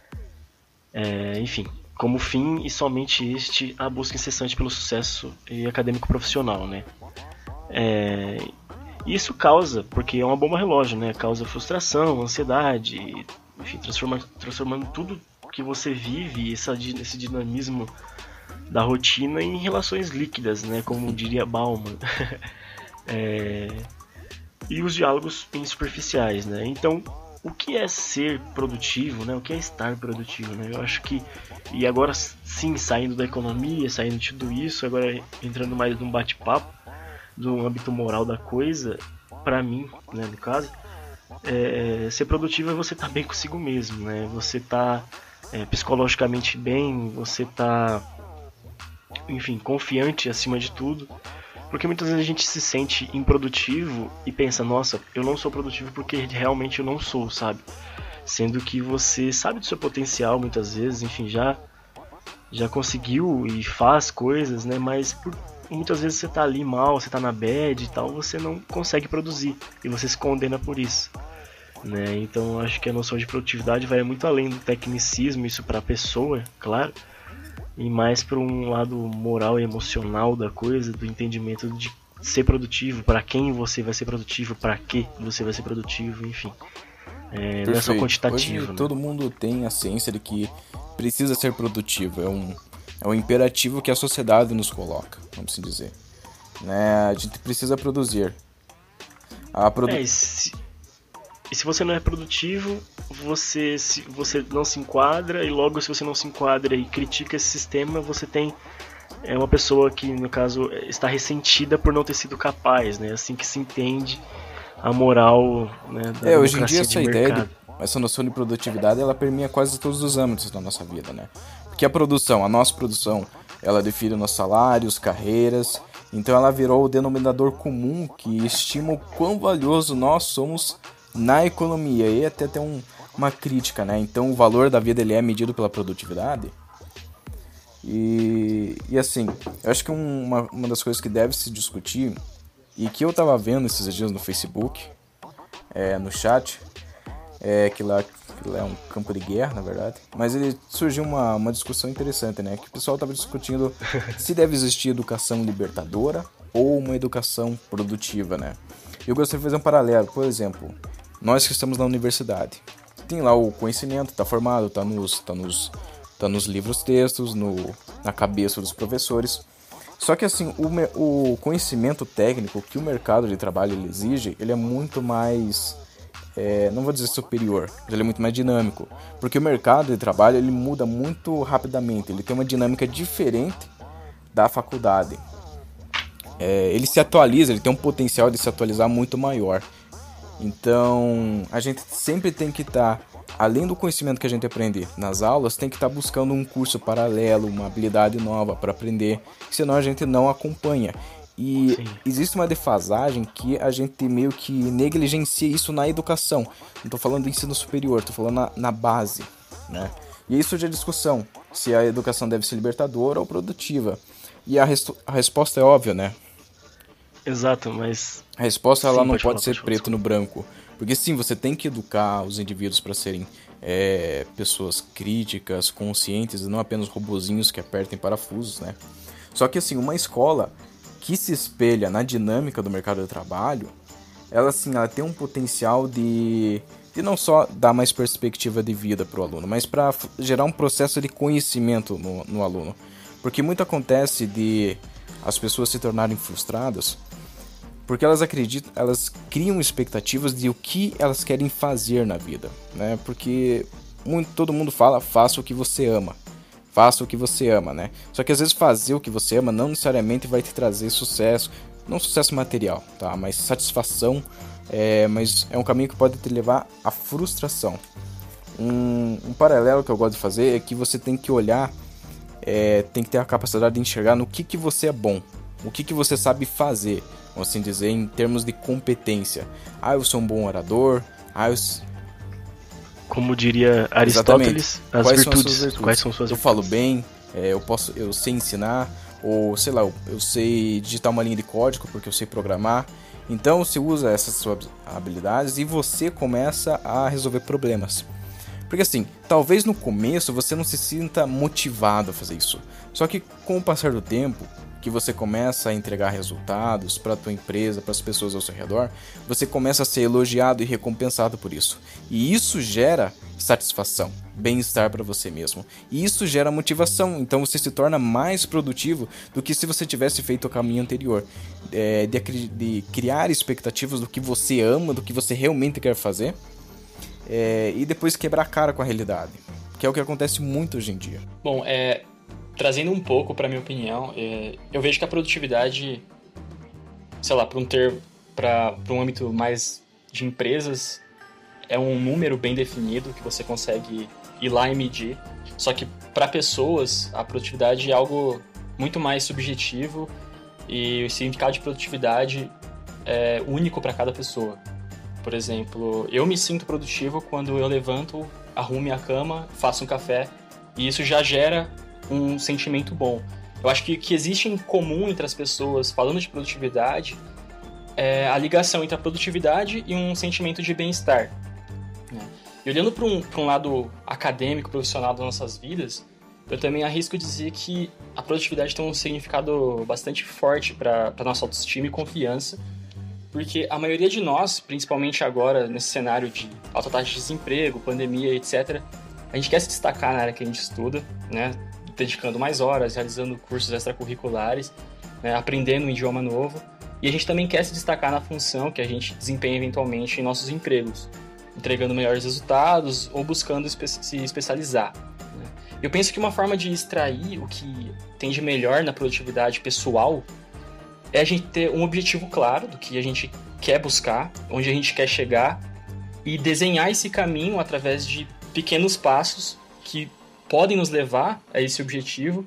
Speaker 2: É, enfim, como fim e somente este a busca incessante pelo sucesso e acadêmico profissional, né? É, isso causa, porque é uma bomba relógio, né? Causa frustração, ansiedade, enfim, transforma, transformando tudo que você vive, essa, esse dinamismo da rotina em relações líquidas, né? Como diria Bauman. é, e os diálogos em superficiais, né? Então, o que é ser produtivo, né? O que é estar produtivo, né? Eu acho que, e agora sim, saindo da economia, saindo de tudo isso, agora entrando mais num bate-papo, do âmbito moral da coisa, pra mim, né, no caso, é, ser produtivo é você estar tá bem consigo mesmo, né? Você tá é, psicologicamente bem, você tá, enfim, confiante acima de tudo. Porque muitas vezes a gente se sente improdutivo e pensa, nossa, eu não sou produtivo porque realmente eu não sou, sabe? Sendo que você sabe do seu potencial muitas vezes, enfim, já, já conseguiu e faz coisas, né? Mas por, muitas vezes você tá ali mal, você tá na bad e tal, você não consegue produzir e você se condena por isso, né? Então acho que a noção de produtividade vai muito além do tecnicismo, isso para a pessoa, claro, e mais para um lado moral e emocional da coisa, do entendimento de ser produtivo, para quem você vai ser produtivo, para que você vai ser produtivo, enfim. É, não é só quantitativo.
Speaker 1: Hoje
Speaker 2: né?
Speaker 1: todo mundo tem a ciência de que precisa ser produtivo, é um, é um imperativo que a sociedade nos coloca, vamos assim dizer. Né? A gente precisa produzir. A produ...
Speaker 2: é, e, se, e se você não é produtivo, você, se, você não se enquadra, e logo se você não se enquadra e critica esse sistema, você tem é, uma pessoa que, no caso, está ressentida por não ter sido capaz, né? Assim que se entende a moral, né, da
Speaker 1: É, hoje em dia
Speaker 2: democracia
Speaker 1: essa
Speaker 2: de
Speaker 1: ideia,
Speaker 2: mercado.
Speaker 1: de, essa noção de produtividade, ela permeia quase todos os âmbitos da nossa vida, né? Porque a produção, a nossa produção, ela define nossos salários, carreiras, então ela virou o denominador comum que estima o quão valioso nós somos na economia, e até tem um, uma crítica, né? Então o valor da vida ele é medido pela produtividade. E, e assim, eu acho que uma, uma das coisas que deve se discutir, e que eu tava vendo esses dias no Facebook, é, no chat, é que lá, que lá é um campo de guerra, na verdade, mas ele surgiu uma, uma discussão interessante, né? Que o pessoal tava discutindo se deve existir educação libertadora ou uma educação produtiva, né? Eu gostaria de fazer um paralelo, por exemplo, nós que estamos na universidade, tem lá o conhecimento, tá formado, tá nos, tá nos, tá nos livros textos, no, na cabeça dos professores. Só que assim, o, o conhecimento técnico que o mercado de trabalho ele exige, ele é muito mais, é, não vou dizer superior, mas ele é muito mais dinâmico. Porque o mercado de trabalho ele muda muito rapidamente, ele tem uma dinâmica diferente da faculdade. É, ele se atualiza, ele tem um potencial de se atualizar muito maior. Então, a gente sempre tem que estar, tá, além do conhecimento que a gente aprende nas aulas, tem que estar tá buscando um curso paralelo, uma habilidade nova para aprender, senão a gente não acompanha. E Sim. existe uma defasagem que a gente meio que negligencia isso na educação. Não estou falando do ensino superior, estou falando na, na base, né? E isso já é discussão, se a educação deve ser libertadora ou produtiva. E a, res- a resposta é óbvia, né?
Speaker 2: Exato, mas...
Speaker 1: A resposta ela
Speaker 2: sim,
Speaker 1: não
Speaker 2: pode,
Speaker 1: pode
Speaker 2: falar,
Speaker 1: ser
Speaker 2: pode
Speaker 1: preto
Speaker 2: falar.
Speaker 1: no branco. Porque sim, você tem que educar os indivíduos para serem é, pessoas críticas, conscientes, e não apenas robozinhos que apertem parafusos, né? Só que assim, uma escola que se espelha na dinâmica do mercado de trabalho, ela assim, ela tem um potencial de, de não só dar mais perspectiva de vida para o aluno, mas para gerar um processo de conhecimento no, no aluno. Porque muito acontece de as pessoas se tornarem frustradas porque elas acreditam, elas criam expectativas de o que elas querem fazer na vida, né? Porque muito, todo mundo fala, faça o que você ama, faça o que você ama, né? Só que às vezes fazer o que você ama não necessariamente vai te trazer sucesso, não sucesso material, tá? Mas satisfação, é, mas é um caminho que pode te levar à frustração. Um, um paralelo que eu gosto de fazer é que você tem que olhar, é, tem que ter a capacidade de enxergar no que, que você é bom. O que, que você sabe fazer, vamos assim dizer, em termos de competência. Ah, eu sou um bom orador. Ah, eu...
Speaker 2: Como diria Aristóteles, as
Speaker 1: Quais
Speaker 2: virtudes.
Speaker 1: São as suas virtudes.
Speaker 2: Quais são suas
Speaker 1: eu
Speaker 2: virtudes?
Speaker 1: falo bem, é, eu, posso, eu sei ensinar, ou sei lá, eu, eu sei digitar uma linha de código porque eu sei programar. Então você usa essas suas habilidades e você começa a resolver problemas. Porque assim, talvez no começo você não se sinta motivado a fazer isso. Só que com o passar do tempo, que você começa a entregar resultados para a tua empresa, para as pessoas ao seu redor, você começa a ser elogiado e recompensado por isso. E isso gera satisfação, bem-estar para você mesmo. E isso gera motivação, então você se torna mais produtivo do que se você tivesse feito o caminho anterior. É, de, de criar expectativas do que você ama, do que você realmente quer fazer, é, e depois quebrar a cara com a realidade, que é o que acontece muito hoje em dia.
Speaker 4: Bom, é... Trazendo um pouco para minha opinião, é, eu vejo que a produtividade, sei lá, para um ter, para um âmbito mais de empresas, é um número bem definido que você consegue ir lá e medir. Só que para pessoas, a produtividade é algo muito mais subjetivo e o significado de produtividade é único para cada pessoa. Por exemplo, eu me sinto produtivo quando eu levanto, arrumo minha cama, faço um café e isso já gera um sentimento bom. Eu acho que o que existe em comum entre as pessoas falando de produtividade é a ligação entre a produtividade e um sentimento de bem-estar. Né? E olhando para um, para um lado acadêmico, profissional das nossas vidas, eu também arrisco dizer que a produtividade tem um significado bastante forte para a nossa autoestima e confiança, porque a maioria de nós, principalmente agora nesse cenário de alta taxa de desemprego, pandemia, etcétera, a gente quer se destacar na área que a gente estuda, né? Dedicando mais horas, realizando cursos extracurriculares, né, aprendendo um idioma novo. E a gente também quer se destacar na função que a gente desempenha eventualmente em nossos empregos, entregando melhores resultados ou buscando espe- se especializar. Né. Eu penso que uma forma de extrair o que tem de melhor na produtividade pessoal é a gente ter um objetivo claro do que a gente quer buscar, onde a gente quer chegar, e desenhar esse caminho através de pequenos passos que podem nos levar a esse objetivo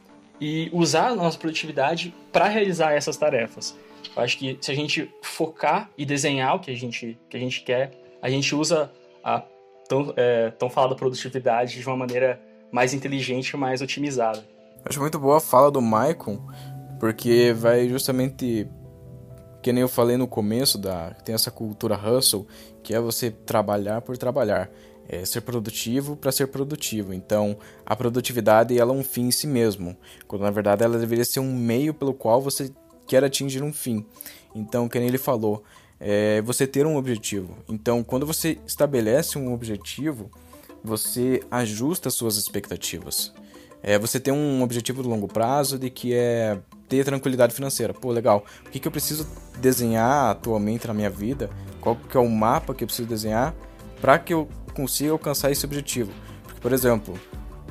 Speaker 4: e usar a nossa produtividade para realizar essas tarefas. Eu acho que se a gente focar e desenhar o que a gente, que a gente quer, a gente usa a tão, é, tão falada produtividade de uma maneira mais inteligente e mais otimizada.
Speaker 1: Acho muito boa a fala do Maicon, porque vai justamente, que nem eu falei no começo, da, tem essa cultura hustle, que é você trabalhar por trabalhar. É ser produtivo para ser produtivo. Então, a produtividade ela é um fim em si mesmo, quando na verdade ela deveria ser um meio pelo qual você quer atingir um fim. Então, como ele falou, é você ter um objetivo. Então, quando você estabelece um objetivo, você ajusta as suas expectativas. É, você tem um objetivo de longo prazo de que é ter tranquilidade financeira. Pô, legal. O que, que eu preciso desenhar atualmente na minha vida? Qual que é o mapa que eu preciso desenhar para que eu consiga alcançar esse objetivo? Porque, por exemplo,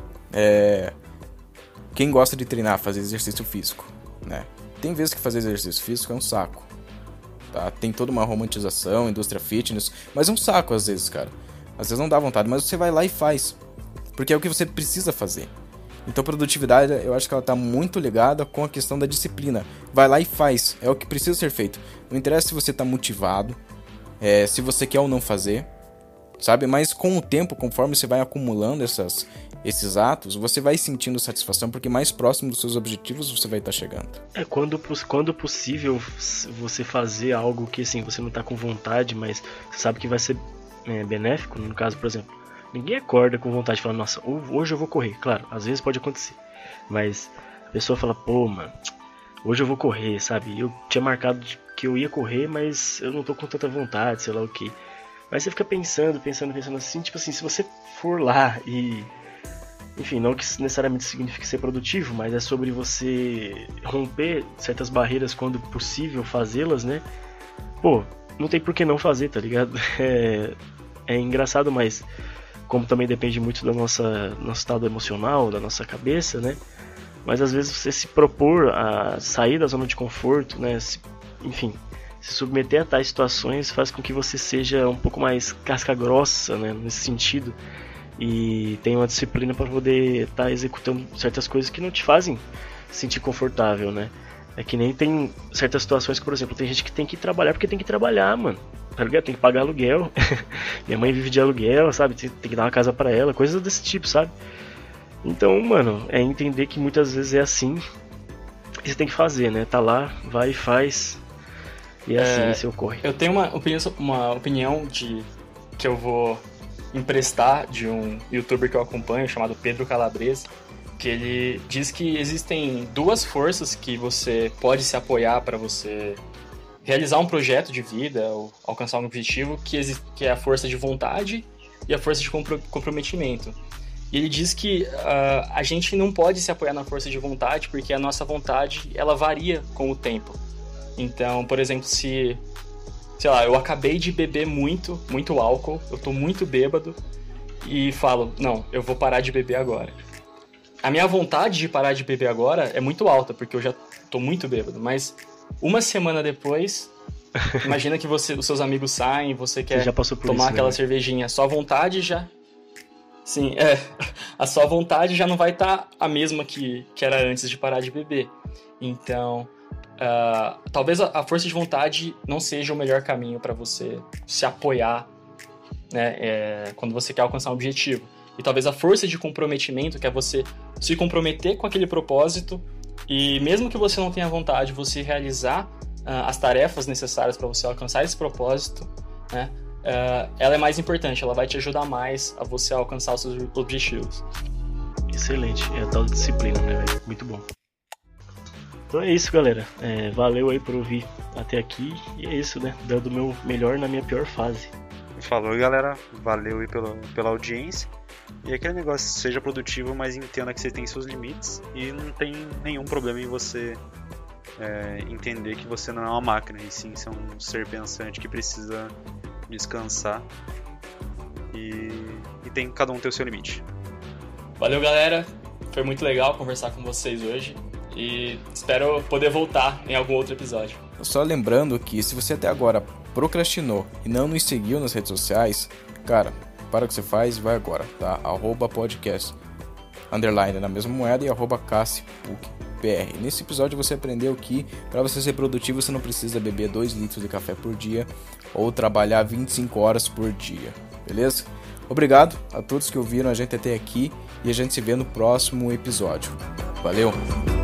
Speaker 1: é... quem gosta de treinar, fazer exercício físico, né? Tem vezes que fazer exercício físico é um saco, tá? Tem toda uma romantização, indústria fitness, mas é um saco às vezes, cara. Às vezes não dá vontade, mas você vai lá e faz, porque é o que você precisa fazer. Então, produtividade, eu acho que ela tá muito ligada com a questão da disciplina. Vai lá e faz, é o que precisa ser feito. Não interessa se você tá motivado, é, se você quer ou não fazer, sabe? Mas com o tempo, conforme você vai acumulando essas, esses atos, você vai sentindo satisfação, porque mais próximo dos seus objetivos você vai estar chegando.
Speaker 2: É, quando, quando possível você fazer algo que assim, você não está com vontade, mas você sabe que vai ser é, benéfico. No caso, por exemplo, ninguém acorda com vontade de falar, nossa, hoje eu vou correr. Claro, às vezes pode acontecer, mas a pessoa fala, pô, mano, hoje eu vou correr, sabe? Eu tinha marcado que eu ia correr, mas eu não tô com tanta vontade, sei lá o que. Mas você fica pensando, pensando, pensando assim, tipo assim, se você for lá e... Enfim, não que isso necessariamente signifique ser produtivo, mas é sobre você romper certas barreiras quando possível fazê-las, né? Pô, não tem por que não fazer, tá ligado? É, é engraçado, mas como também depende muito do nossa, nosso estado emocional, da nossa cabeça, né? Mas às vezes você se propor a sair da zona de conforto, né? Se, enfim... se submeter a tais situações faz com que você seja um pouco mais casca grossa, né, nesse sentido, e tenha uma disciplina para poder estar tá executando certas coisas que não te fazem se sentir confortável, né? É que nem tem certas situações que, por exemplo, tem gente que tem que trabalhar porque tem que trabalhar, mano. Tá ligado? Tem que pagar aluguel. Minha mãe vive de aluguel, sabe? Tem, tem que dar uma casa pra ela, coisas desse tipo, sabe? Então, mano, é entender que muitas vezes é assim. E você tem que fazer, né? Tá lá, vai e faz. E é assim,
Speaker 4: É,
Speaker 2: isso ocorre.
Speaker 4: Eu tenho uma opinião, uma opinião de que eu vou emprestar de um youtuber que eu acompanho, chamado Pedro Calabrese, que ele diz que existem duas forças que você pode se apoiar para você realizar um projeto de vida ou alcançar um objetivo, que, exi- que é a força de vontade e a força de compro- comprometimento. E ele diz que uh, a gente não pode se apoiar na força de vontade porque a nossa vontade ela varia com o tempo. Então, por exemplo, se, sei lá, eu acabei de beber muito, muito álcool, eu tô muito bêbado e falo, não, eu vou parar de beber agora. A minha vontade de parar de beber agora é muito alta, porque eu já tô muito bêbado, mas uma semana depois, imagina que você, os seus amigos saem, você quer
Speaker 2: Você já passou por
Speaker 4: tomar
Speaker 2: isso,
Speaker 4: aquela
Speaker 2: né?
Speaker 4: cervejinha, a sua vontade já... Sim, é, a sua vontade já não vai estar a mesma que, que era antes de parar de beber. Então... Uh, talvez a, a força de vontade não seja o melhor caminho para você se apoiar, né, é, quando você quer alcançar um objetivo. E talvez a força de comprometimento, que é você se comprometer com aquele propósito e mesmo que você não tenha vontade, você realizar uh, as tarefas necessárias para você alcançar esse propósito, né, uh, ela é mais importante, ela vai te ajudar mais a você alcançar os seus objetivos.
Speaker 2: Excelente, é a tal disciplina, né, velho? Muito bom. Então é isso, galera. É, valeu aí por ouvir até aqui. E é isso, né? Dando o meu melhor na minha pior fase.
Speaker 3: Falou, galera. Valeu aí pela, pela audiência. E aquele negócio, seja produtivo, mas entenda que você tem seus limites. E não tem nenhum problema em você é, entender que você não é uma máquina. E sim, você é um ser pensante que precisa descansar. E, e tem cada um ter o seu limite.
Speaker 4: Valeu, galera. Foi muito legal conversar com vocês hoje. E espero poder voltar em algum outro episódio.
Speaker 1: Só lembrando que se você até agora procrastinou e não nos seguiu nas redes sociais, cara, para o que você faz e vai agora, tá? Arroba podcast, underline na mesma moeda e arroba cassipukpr. Nesse episódio você aprendeu que para você ser produtivo você não precisa beber dois litros de café por dia ou trabalhar vinte e cinco horas por dia, beleza? Obrigado a todos que ouviram a gente até aqui e a gente se vê no próximo episódio. Valeu!